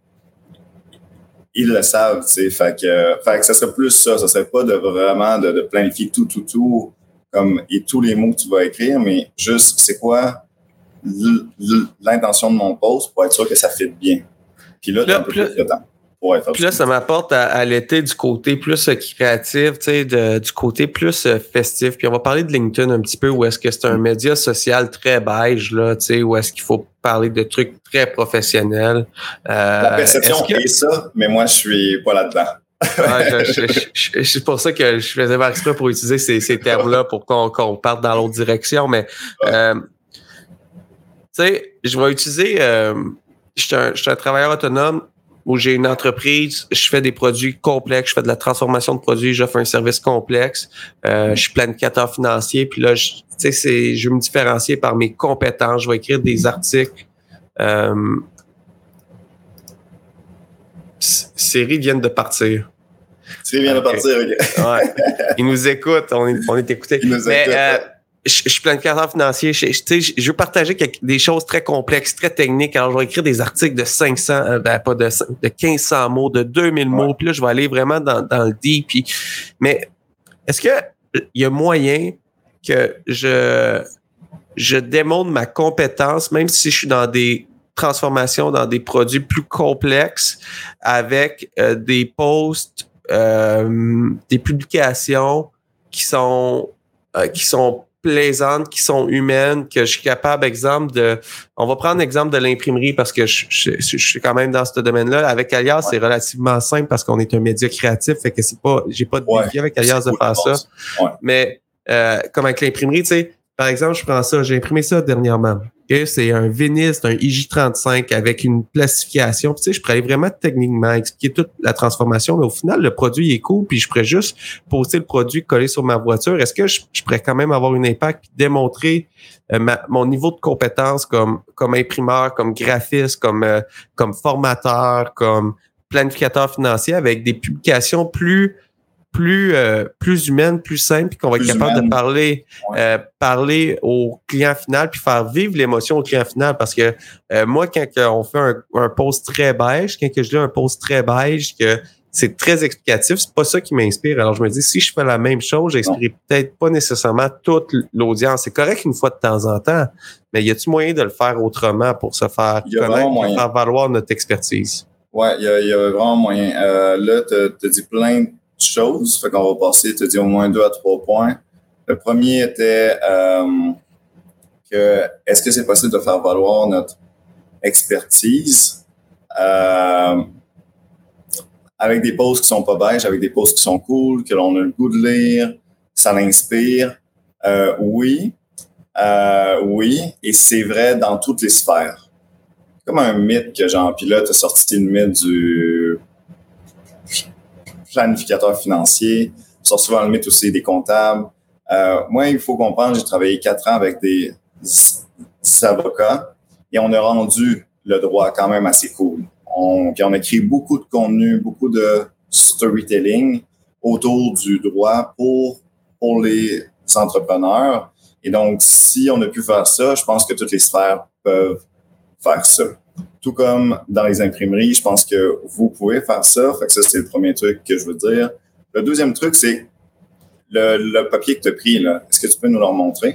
Speaker 3: ils le savent, tu sais. Fait que, fait que ça serait plus ça. Ça serait pas de vraiment de, de planifier tout, tout, tout, comme, et tous les mots que tu vas écrire, mais juste, c'est quoi l'intention de mon post pour être sûr que ça fit bien. Puis là, tu as un peu plus de temps. pourrait faire.
Speaker 2: Puis là, ça m'apporte à, à l'été du côté plus euh, créatif, tu sais, de, du côté plus euh, festif. Puis on va parler de LinkedIn un petit peu, où est-ce que c'est un média social très beige, là, tu sais, où est-ce qu'il faut parler de trucs très professionnels. Euh,
Speaker 3: La perception
Speaker 2: que...
Speaker 3: est ça, mais moi, je suis pas là-dedans.
Speaker 2: Ouais, je, je, je, je, c'est pour ça que je faisais pas exprès pour utiliser ces, ces termes-là pour qu'on, qu'on parte dans l'autre direction. Mais,
Speaker 3: ouais.
Speaker 2: euh, tu sais, je vais utiliser... Euh, je suis un, je suis un travailleur autonome où j'ai une entreprise, je fais des produits complexes, je fais de la transformation de produits, j'offre un service complexe, euh, je suis planificateur financier, puis là, tu sais, c'est, je veux me différencier par mes compétences, je vais écrire des articles. Euh, Siri vient de partir.
Speaker 3: Siri vient okay. de partir, OK.
Speaker 2: Ouais. Il nous écoute, on est, on est écouté.
Speaker 3: Il nous
Speaker 2: Mais,
Speaker 3: écoute.
Speaker 2: Euh, je, je suis planificateur financier. Je, je, je veux partager quelque, des choses très complexes, très techniques. Alors, je vais écrire des articles de cinq cents, euh, ben, pas de, de quinze cents mots, de deux mille ouais. mots. Puis là, je vais aller vraiment dans, dans le deep. Puis, mais est-ce que il y a moyen que je, je démontre ma compétence, même si je suis dans des transformations, dans des produits plus complexes, avec euh, des posts, euh, des publications qui sont, euh, qui sont plaisantes, qui sont humaines, que je suis capable, exemple, de... On va prendre l'exemple de l'imprimerie parce que je, je, je, je suis quand même dans ce domaine-là. Avec Alias, ouais. c'est relativement simple parce qu'on est un média créatif, fait que c'est pas... J'ai pas de
Speaker 3: ouais.
Speaker 2: défi avec Alias de faire ça.
Speaker 3: Ouais.
Speaker 2: Mais euh, comme avec l'imprimerie, tu sais, par exemple, je prends ça, j'ai imprimé ça dernièrement. Okay? C'est un vinyle, c'est un I J trente-cinq avec une plastification. Puis, tu sais, je pourrais aller vraiment techniquement expliquer toute la transformation, mais au final, le produit est cool, puis je pourrais juste poster le produit collé sur ma voiture. Est-ce que je, je pourrais quand même avoir un impact puis démontrer euh, ma, mon niveau de compétence comme comme imprimeur, comme graphiste, comme euh, comme formateur, comme planificateur financier avec des publications plus plus euh, plus humaine, plus simple, puis qu'on va être capable humaine. de parler ouais. euh, parler au client final, puis faire vivre l'émotion au client final. Parce que euh, moi, quand on fait un, un post très beige, quand que je lis un post très beige, que c'est très explicatif, c'est pas ça qui m'inspire. Alors je me dis, si je fais la même chose, j'inspire peut-être pas nécessairement toute l'audience. C'est correct une fois de temps en temps, mais y a-tu moyen de le faire autrement pour se faire connaître, pour faire valoir notre expertise?
Speaker 3: Ouais, il y a, y a vraiment moyen. Euh, là, tu as dit plein de choses, fait qu'on va passer, tu dis au moins deux à trois points. Le premier était euh, que est-ce que c'est possible de faire valoir notre expertise euh, avec des posts qui sont pas beiges, avec des posts qui sont cool, que l'on a le goût de lire, ça l'inspire. Euh, oui, euh, oui, et c'est vrai dans toutes les sphères. Comme un mythe que Jean Pilote a sorti le mythe du planificateur financier, sort souvent le mythe aussi des comptables. Euh, moi, il faut comprendre, j'ai travaillé quatre ans avec des, des avocats et on a rendu le droit quand même assez cool. On, puis on a créé beaucoup de contenu, beaucoup de storytelling autour du droit pour, pour les entrepreneurs. Et donc, si on a pu faire ça, je pense que toutes les sphères peuvent faire ça. Tout comme dans les imprimeries, je pense que vous pouvez faire ça. Fait que ça, c'est le premier truc que je veux dire. Le deuxième truc, c'est le, le papier que tu as pris, là. Est-ce que tu peux nous le remontrer?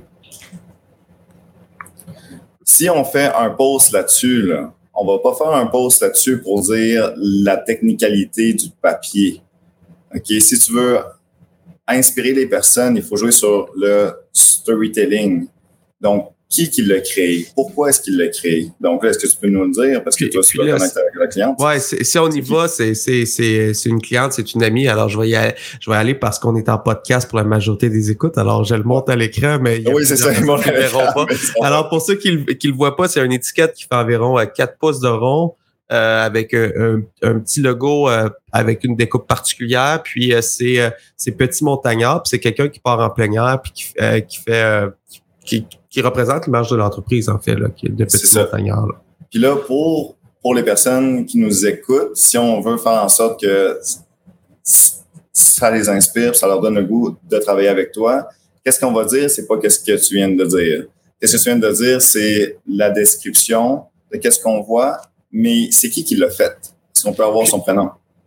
Speaker 3: Si on fait un post là-dessus, là, on va pas faire un post là-dessus pour dire la technicalité du papier. OK? Si tu veux inspirer les personnes, il faut jouer sur le storytelling. Donc, qui qui l'a créé? Pourquoi est-ce qu'il l'a créé? Donc là, est-ce que tu peux nous le dire? Parce que toi, tu vas connecter avec la cliente.
Speaker 2: Oui, si on y va, c'est, c'est, c'est, c'est une cliente, c'est une amie. Alors, je vais y aller, je vais aller parce qu'on est en podcast pour la majorité des écoutes. Alors, je le monte à l'écran, mais il y a
Speaker 3: oui, c'est ça, ils
Speaker 2: ne verront pas. Alors, pour ceux qui ne le voient pas, c'est une étiquette qui fait environ quatre pouces de rond. Euh, avec un, un, un petit logo euh, avec une découpe particulière, puis euh, c'est euh, c'est Petit Montagnard, puis c'est quelqu'un qui part en plein air, puis qui, euh, qui fait euh, qui, qui représente l'image de l'entreprise en fait là, qui est de Petit Montagnard. Là.
Speaker 3: Puis là pour pour les personnes qui nous écoutent, si on veut faire en sorte que ça les inspire, ça leur donne le goût de travailler avec toi, qu'est-ce qu'on va dire? C'est pas qu'est-ce que tu viens de dire. Qu'est-ce que tu viens de dire? C'est la description de qu'est-ce qu'on voit. Mais c'est qui qui l'a fait? Est-ce qu'on peut avoir son prénom?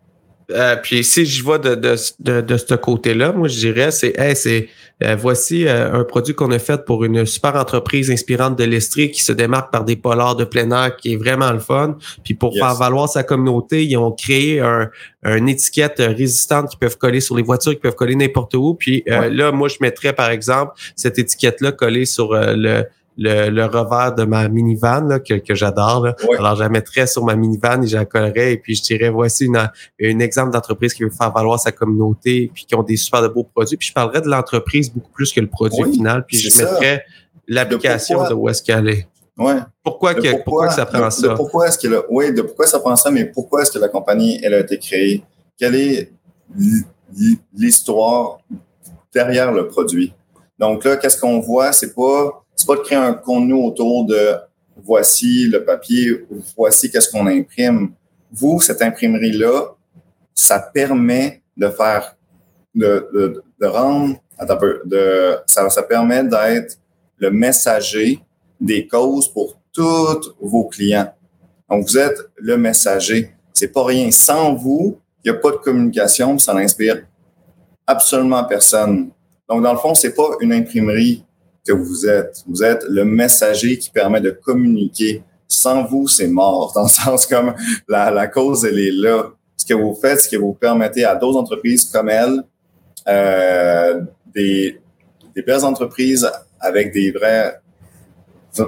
Speaker 2: Euh, puis si je vois de, de, de, de ce côté-là, moi je dirais, c'est hey, c'est euh, voici euh, un produit qu'on a fait pour une super entreprise inspirante de l'Estrie qui se démarque par des polars de plein air qui est vraiment le fun. Puis pour yes. faire valoir sa communauté, ils ont créé un, une étiquette résistante qui peuvent coller sur les voitures, qui peuvent coller n'importe où. Puis euh, ouais. là, moi je mettrais par exemple cette étiquette-là collée sur euh, le Le, le revers de ma minivan là, que, que j'adore. Là. Ouais. Alors, je la mettrais sur ma minivan et je la collerais et puis je dirais, voici une, un exemple d'entreprise qui veut faire valoir sa communauté puis qui ont des super de beaux produits. Puis je parlerais de l'entreprise beaucoup plus que le produit oui, final. Puis je mettrais l'application de, de où est-ce qu'elle est.
Speaker 3: Ouais.
Speaker 2: Pourquoi, que, pourquoi, pourquoi que ça prend
Speaker 3: de,
Speaker 2: ça?
Speaker 3: De pourquoi est-ce que oui, de pourquoi ça prend ça, mais pourquoi est-ce que la compagnie elle a été créée? Quelle est l'histoire derrière le produit? Donc là, qu'est-ce qu'on voit? C'est pas C'est pas de créer un contenu autour de voici le papier, voici qu'est-ce qu'on imprime. Vous, cette imprimerie-là, ça permet de faire, de, de, de rendre, attends, de, ça, ça permet d'être le messager des causes pour tous vos clients. Donc, vous êtes le messager. C'est pas rien. Sans vous, il n'y a pas de communication, ça n'inspire absolument personne. Donc, dans le fond, c'est pas une imprimerie que vous êtes. Vous êtes le messager qui permet de communiquer. Sans vous, c'est mort. Dans le sens comme la, la cause, elle est là. Ce que vous faites, c'est que vous permettez à d'autres entreprises comme elle, euh, des, des belles entreprises avec des vraies v-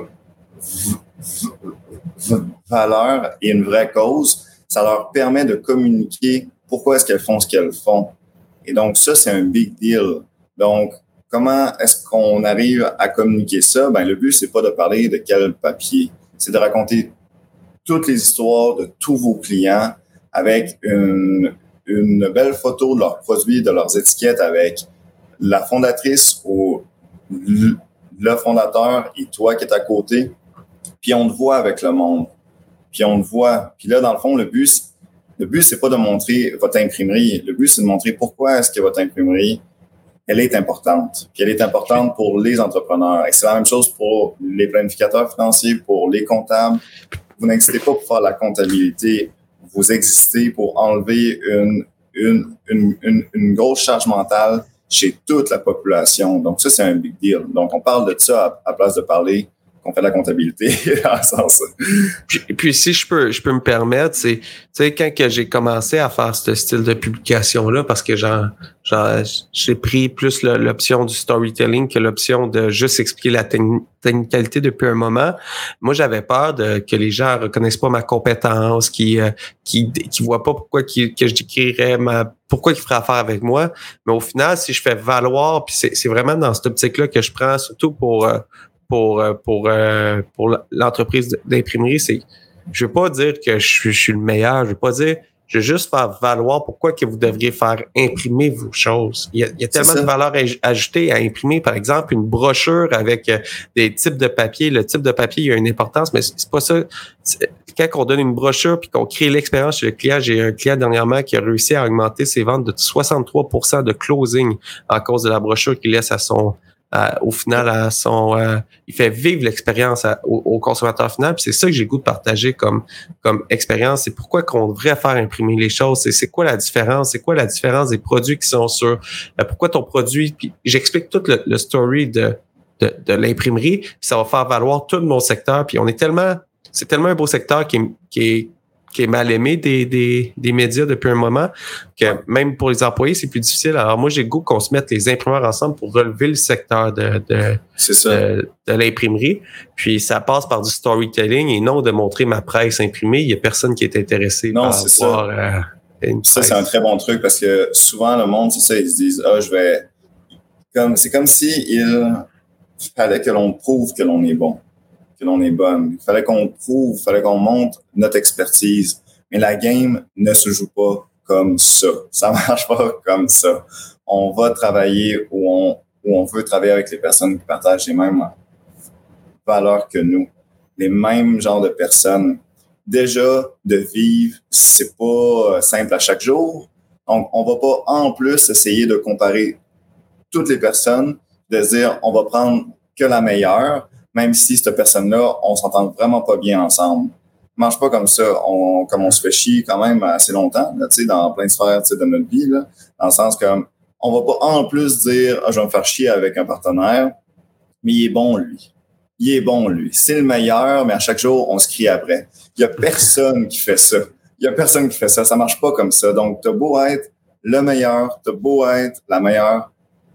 Speaker 3: v- valeurs et une vraie cause, ça leur permet de communiquer pourquoi est-ce qu'elles font ce qu'elles font. Et donc, ça, c'est un big deal. Donc, comment est-ce qu'on arrive à communiquer ça? Ben, le but, c'est pas de parler de quel papier. C'est de raconter toutes les histoires de tous vos clients avec une, une belle photo de leurs produits, de leurs étiquettes avec la fondatrice ou le fondateur et toi qui es à côté. Puis on te voit avec le monde. Puis on te voit. Puis là, dans le fond, le but, le but, c'est pas de montrer votre imprimerie. Le but, c'est de montrer pourquoi est-ce que votre imprimerie elle est importante. Puis elle est importante pour les entrepreneurs. Et c'est la même chose pour les planificateurs financiers, pour les comptables. Vous n'existez pas pour faire la comptabilité. Vous existez pour enlever une, une, une, une, une grosse charge mentale chez toute la population. Donc ça, c'est un big deal. Donc on parle de ça à, à place de parler qu'on fait de la comptabilité dans le sens.
Speaker 2: Puis, puis si je peux je peux me permettre, c'est tu sais quand que j'ai commencé à faire ce style de publication là parce que genre genre j'ai pris plus le, l'option du storytelling que l'option de juste expliquer la technicalité depuis un moment. Moi, j'avais peur de que les gens reconnaissent pas ma compétence, qui euh, qui qui voient pas pourquoi qui, que je décrirais ma pourquoi ils feraient affaire avec moi. Mais au final, si je fais valoir, puis c'est c'est vraiment dans cette optique-là que je prends, surtout pour euh, pour pour euh, pour l'entreprise d'imprimerie, c'est je veux pas dire que je suis, je suis le meilleur, je veux pas dire je veux juste faire valoir pourquoi que vous devriez faire imprimer vos choses. Il y a, il y a tellement de valeur ajoutée à imprimer, par exemple, une brochure avec euh, des types de papier. Le type de papier, il y a une importance, mais c'est pas ça. C'est, quand on donne une brochure puis qu'on crée l'expérience chez le client, j'ai un client dernièrement qui a réussi à augmenter ses ventes de soixante-trois pour cent de closing à cause de la brochure qu'il laisse à son Euh, au final, à son, euh, il fait vivre l'expérience à, au, au consommateur final. Puis c'est ça que j'ai le goût de partager comme comme expérience. C'est pourquoi qu'on devrait faire imprimer les choses. C'est, c'est quoi la différence? C'est quoi la différence des produits qui sont sur euh, pourquoi ton produit? Puis j'explique tout le, le story de, de de l'imprimerie. Puis ça va faire valoir tout mon secteur. Puis on est tellement, c'est tellement un beau secteur qui, qui est qui est mal aimé des, des, des médias depuis un moment, que même pour les employés, c'est plus difficile. Alors moi, j'ai le goût qu'on se mette les imprimeurs ensemble pour relever le secteur de, de,
Speaker 3: c'est ça.
Speaker 2: de, de l'imprimerie. Puis ça passe par du storytelling et non de montrer ma presse imprimée. Il n'y a personne qui est intéressé
Speaker 3: non,
Speaker 2: par
Speaker 3: c'est
Speaker 2: voir
Speaker 3: ça.
Speaker 2: Euh, une
Speaker 3: ça,
Speaker 2: presse.
Speaker 3: C'est un très bon truc parce que souvent, le monde, c'est ça, ils se disent « Ah, je vais... » comme C'est comme si il fallait que l'on prouve que l'on est bon. que l'on est bonne. Il fallait qu'on prouve, il fallait qu'on montre notre expertise. Mais la game ne se joue pas comme ça. Ça marche pas comme ça. On va travailler où on, où on veut travailler avec les personnes qui partagent les mêmes valeurs que nous, les mêmes genres de personnes. Déjà, de vivre, c'est pas simple à chaque jour. Donc, on va pas en plus essayer de comparer toutes les personnes, de dire on va prendre que la meilleure, même si cette personne-là, on s'entend vraiment pas bien ensemble. marche pas comme ça. On, comme on se fait chier quand même assez longtemps, là, dans plein de sphères de notre vie, là, dans le sens comme on va pas en plus dire ah, je vais me faire chier avec un partenaire, mais il est bon, lui. Il est bon, lui. C'est le meilleur, mais à chaque jour, on se crie après. Il y a personne qui fait ça. Il y a personne qui fait ça. Ça marche pas comme ça. Donc, t'as beau être le meilleur, t'as beau être la meilleure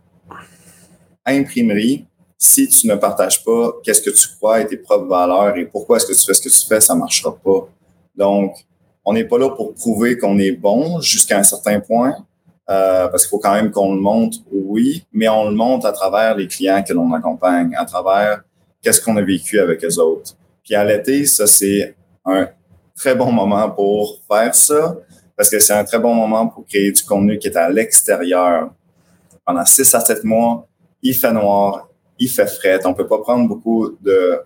Speaker 3: imprimerie, si tu ne partages pas qu'est-ce que tu crois et tes propres valeurs et pourquoi est-ce que tu fais ce que tu fais, ça marchera pas. Donc, on n'est pas là pour prouver qu'on est bon jusqu'à un certain point, euh, parce qu'il faut quand même qu'on le montre, oui, mais on le montre à travers les clients que l'on accompagne, à travers qu'est-ce qu'on a vécu avec eux autres. Puis à l'été, ça, c'est un très bon moment pour faire ça, parce que c'est un très bon moment pour créer du contenu qui est à l'extérieur. Pendant six à sept mois, il fait noir, il fait fret. On peut pas prendre beaucoup de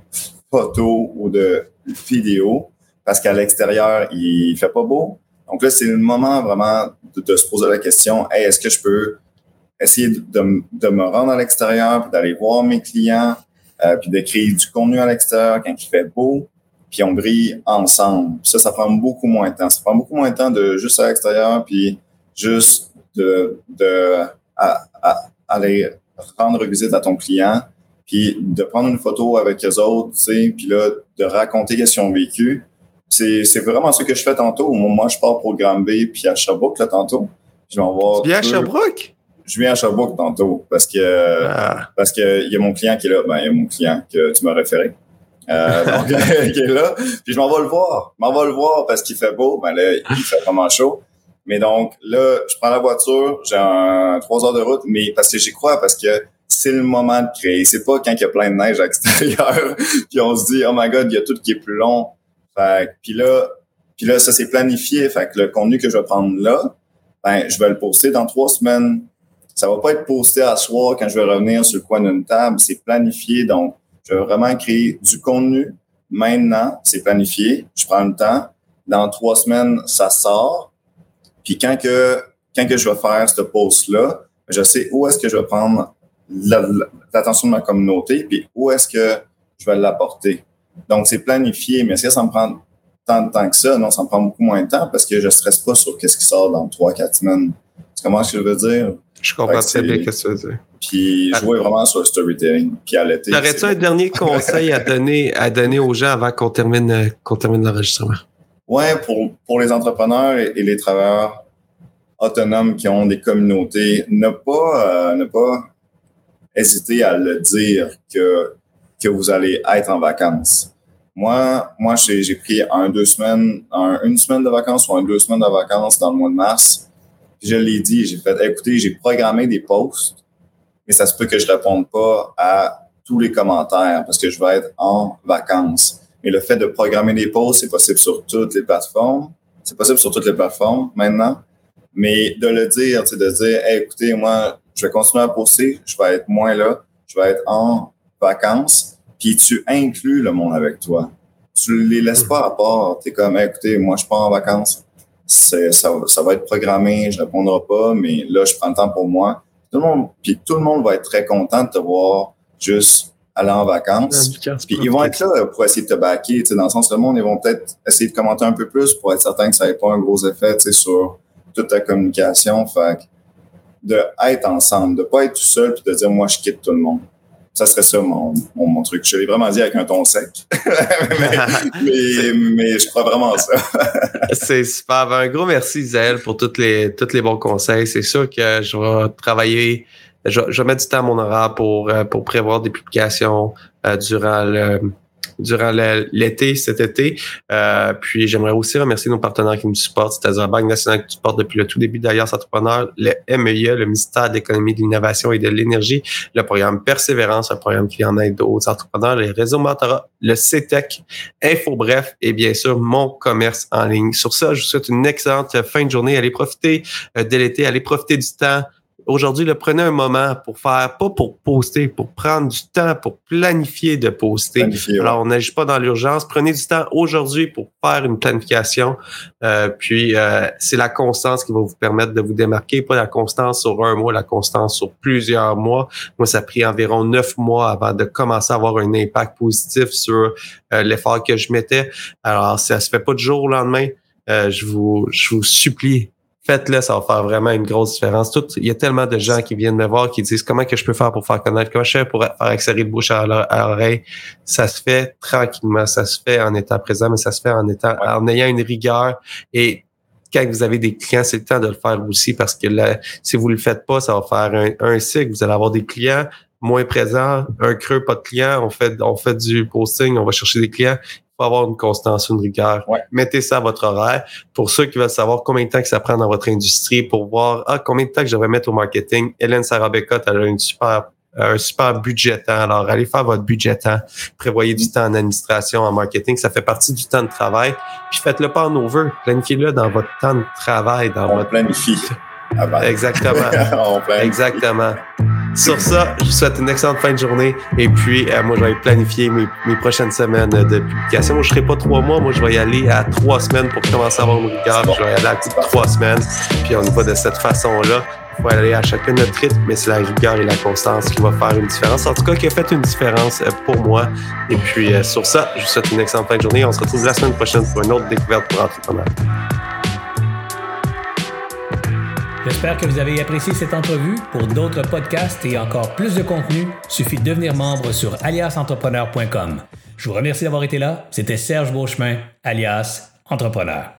Speaker 3: photos ou de vidéos parce qu'à l'extérieur, il fait pas beau. Donc là, c'est le moment vraiment de, de se poser la question, hey, est-ce que je peux essayer de, de, de me rendre à l'extérieur puis d'aller voir mes clients euh, puis de créer du contenu à l'extérieur quand il fait beau puis on brille ensemble. Puis ça, ça prend beaucoup moins de temps. Ça prend beaucoup moins de temps de juste à l'extérieur puis juste de, de à, à, aller rendre visite à ton client, puis de prendre une photo avec eux autres, tu sais, puis là, de raconter qu'est-ce qu'ils ont vécu. C'est, c'est vraiment ce que je fais tantôt. Moi, je pars pour Granby, puis à Sherbrooke, là, tantôt. Je vais voir.
Speaker 2: Tu viens à Sherbrooke?
Speaker 3: Je viens à Sherbrooke tantôt, parce que, ah. parce que il y a mon client qui est là. Ben, il y a mon client que tu m'as référé. Euh, donc, qui est là. Puis je m'en vais le voir. Je m'en vais le voir parce qu'il fait beau. Ben là, il fait vraiment chaud. Mais donc, là, je prends la voiture, j'ai un trois heures de route, mais parce que j'y crois, parce que c'est le moment de créer. C'est pas quand il y a plein de neige à l'extérieur, puis on se dit, oh my God, il y a tout qui est plus long. Fait puis là, puis là, ça c'est planifié. Fait que le contenu que je vais prendre là, ben, je vais le poster dans trois semaines. Ça va pas être posté à soir quand je vais revenir sur le coin d'une table. C'est planifié. Donc, je vais vraiment créer du contenu maintenant. C'est planifié. Je prends le temps. Dans trois semaines, ça sort. Puis quand que quand que je vais faire ce post-là, je sais où est-ce que je vais prendre la, la, l'attention de ma communauté, puis où est-ce que je vais l'apporter. Donc, c'est planifié, mais est-ce que ça me prend tant de temps que ça? Non, ça me prend beaucoup moins de temps parce que je ne stresse pas sur qu'est-ce qui sort dans trois quatre semaines. C'est comment je veux dire?
Speaker 2: Je comprends très bien ce que tu veux dire.
Speaker 3: Puis, jouer vraiment sur le storytelling. Puis à l'été.
Speaker 2: Aurais-tu un dernier conseil à donner, à donner aux gens avant qu'on termine, qu'on termine l'enregistrement?
Speaker 3: Ouais, pour, pour les entrepreneurs et, et les travailleurs autonomes qui ont des communautés, ne pas, euh, ne pas hésiter à le dire que, que vous allez être en vacances. Moi, moi, j'ai, j'ai pris un, deux semaines, un, une semaine de vacances ou un, deux semaines de vacances dans le mois de mars. Puis je l'ai dit, j'ai fait, écoutez, j'ai programmé des posts, mais ça se peut que je réponde pas à tous les commentaires parce que je vais être en vacances. Mais le fait de programmer des posts, c'est possible sur toutes les plateformes. C'est possible sur toutes les plateformes maintenant. Mais de le dire, c'est de dire, hey, écoutez, moi, je vais continuer à poster, je vais être moins là, je vais être en vacances, puis tu inclus le monde avec toi. Tu les laisses pas à part. T'es comme, hey, écoutez, moi, je pars en vacances. C'est, ça, ça va être programmé, je répondrai pas, mais là, je prends le temps pour moi. Tout le monde, puis tout le monde va être très content de te voir juste aller en vacances. Puis ils vont être là pour essayer de te backer, tu sais, dans le sens que le monde, ils vont peut-être essayer de commenter un peu plus pour être certain que ça n'ait pas un gros effet, tu sais, sur toute ta communication. Fait que de être ensemble, de pas être tout seul puis de dire, moi, je quitte tout le monde. Ça serait ça, mon, mon, mon truc. Je l'ai vraiment dit avec un ton sec. mais, mais, mais je crois vraiment à ça.
Speaker 2: C'est super. Un gros merci, Isaël, pour tous les, tous les bons conseils. C'est sûr que je vais travailler, je, je vais mettre du temps à mon horaire pour, pour prévoir des publications euh, durant le, durant le, l'été, cet été. Euh, puis j'aimerais aussi remercier nos partenaires qui nous supportent, c'est-à-dire la Banque nationale qui nous supporte depuis le tout début d'Alias Entrepreneur, le M E I A, le ministère de l'Économie, de l'Innovation et de l'Énergie, le programme Persévérance, un programme qui en aide aux entrepreneurs, les réseaux Mentorat, le C E T E C, Info Bref et bien sûr mon commerce en ligne. Sur ça, je vous souhaite une excellente fin de journée. Allez profiter de l'été, allez profiter du temps. aujourd'hui, là, prenez un moment pour faire, pas pour poster, pour prendre du temps, pour planifier de poster. Planifier, ouais. Alors, on n'agit pas dans l'urgence. Prenez du temps aujourd'hui pour faire une planification. Euh, puis, euh, c'est la constance qui va vous permettre de vous démarquer, pas la constance sur un mois, la constance sur plusieurs mois. Moi, ça a pris environ neuf mois avant de commencer à avoir un impact positif sur euh, l'effort que je mettais. Alors, ça se fait pas du jour au lendemain. Euh, je vous, je vous supplie. Faites-le, ça va faire vraiment une grosse différence. Tout, il y a tellement de gens qui viennent me voir qui disent comment que je peux faire pour faire connaître, comment je fais pour faire accélérer de bouche à l'oreille. Ça se fait tranquillement, ça se fait en étant présent, mais ça se fait en étant, en ayant une rigueur. Et quand vous avez des clients, c'est le temps de le faire aussi parce que là, si vous le faites pas, ça va faire un, un cycle. Vous allez avoir des clients moins présents, un creux, pas de clients. On fait, on fait du posting, on va chercher des clients. Il faut avoir une constance, une rigueur. Ouais. Mettez ça à votre horaire. Pour ceux qui veulent savoir combien de temps que ça prend dans votre industrie pour voir ah combien de temps que je devrais mettre au marketing, Hélène Sarah-Bécotte, elle a une super, un super budget temps. Alors, allez faire votre budget temps. Prévoyez du temps en administration, en marketing. Ça fait partie du temps de travail. Puis faites-le pas en over. Planifiez-le dans votre temps de travail. Dans
Speaker 3: On
Speaker 2: votre...
Speaker 3: planifie.
Speaker 2: Ah ben. Exactement. On planifie. Exactement. Sur ça, je vous souhaite une excellente fin de journée. Et puis, euh, moi, je vais planifier mes, mes prochaines semaines de publication. Moi, je ne serai pas trois mois. Moi, je vais y aller à trois semaines pour commencer à avoir une rigueur. Je vais y aller à trois semaines. Puis, on y va de cette façon-là. Il faut aller à chacun notre rythme, mais c'est la rigueur et la constance qui va faire une différence. En tout cas, qui a fait une différence pour moi. Et puis, euh, sur ça, je vous souhaite une excellente fin de journée. On se retrouve la semaine prochaine pour une autre découverte pour entrepreneurs.
Speaker 1: J'espère que vous avez apprécié cette entrevue. Pour d'autres podcasts et encore plus de contenu, suffit de devenir membre sur alias entrepreneur point com. Je vous remercie d'avoir été là. C'était Serge Beauchemin, alias Entrepreneur.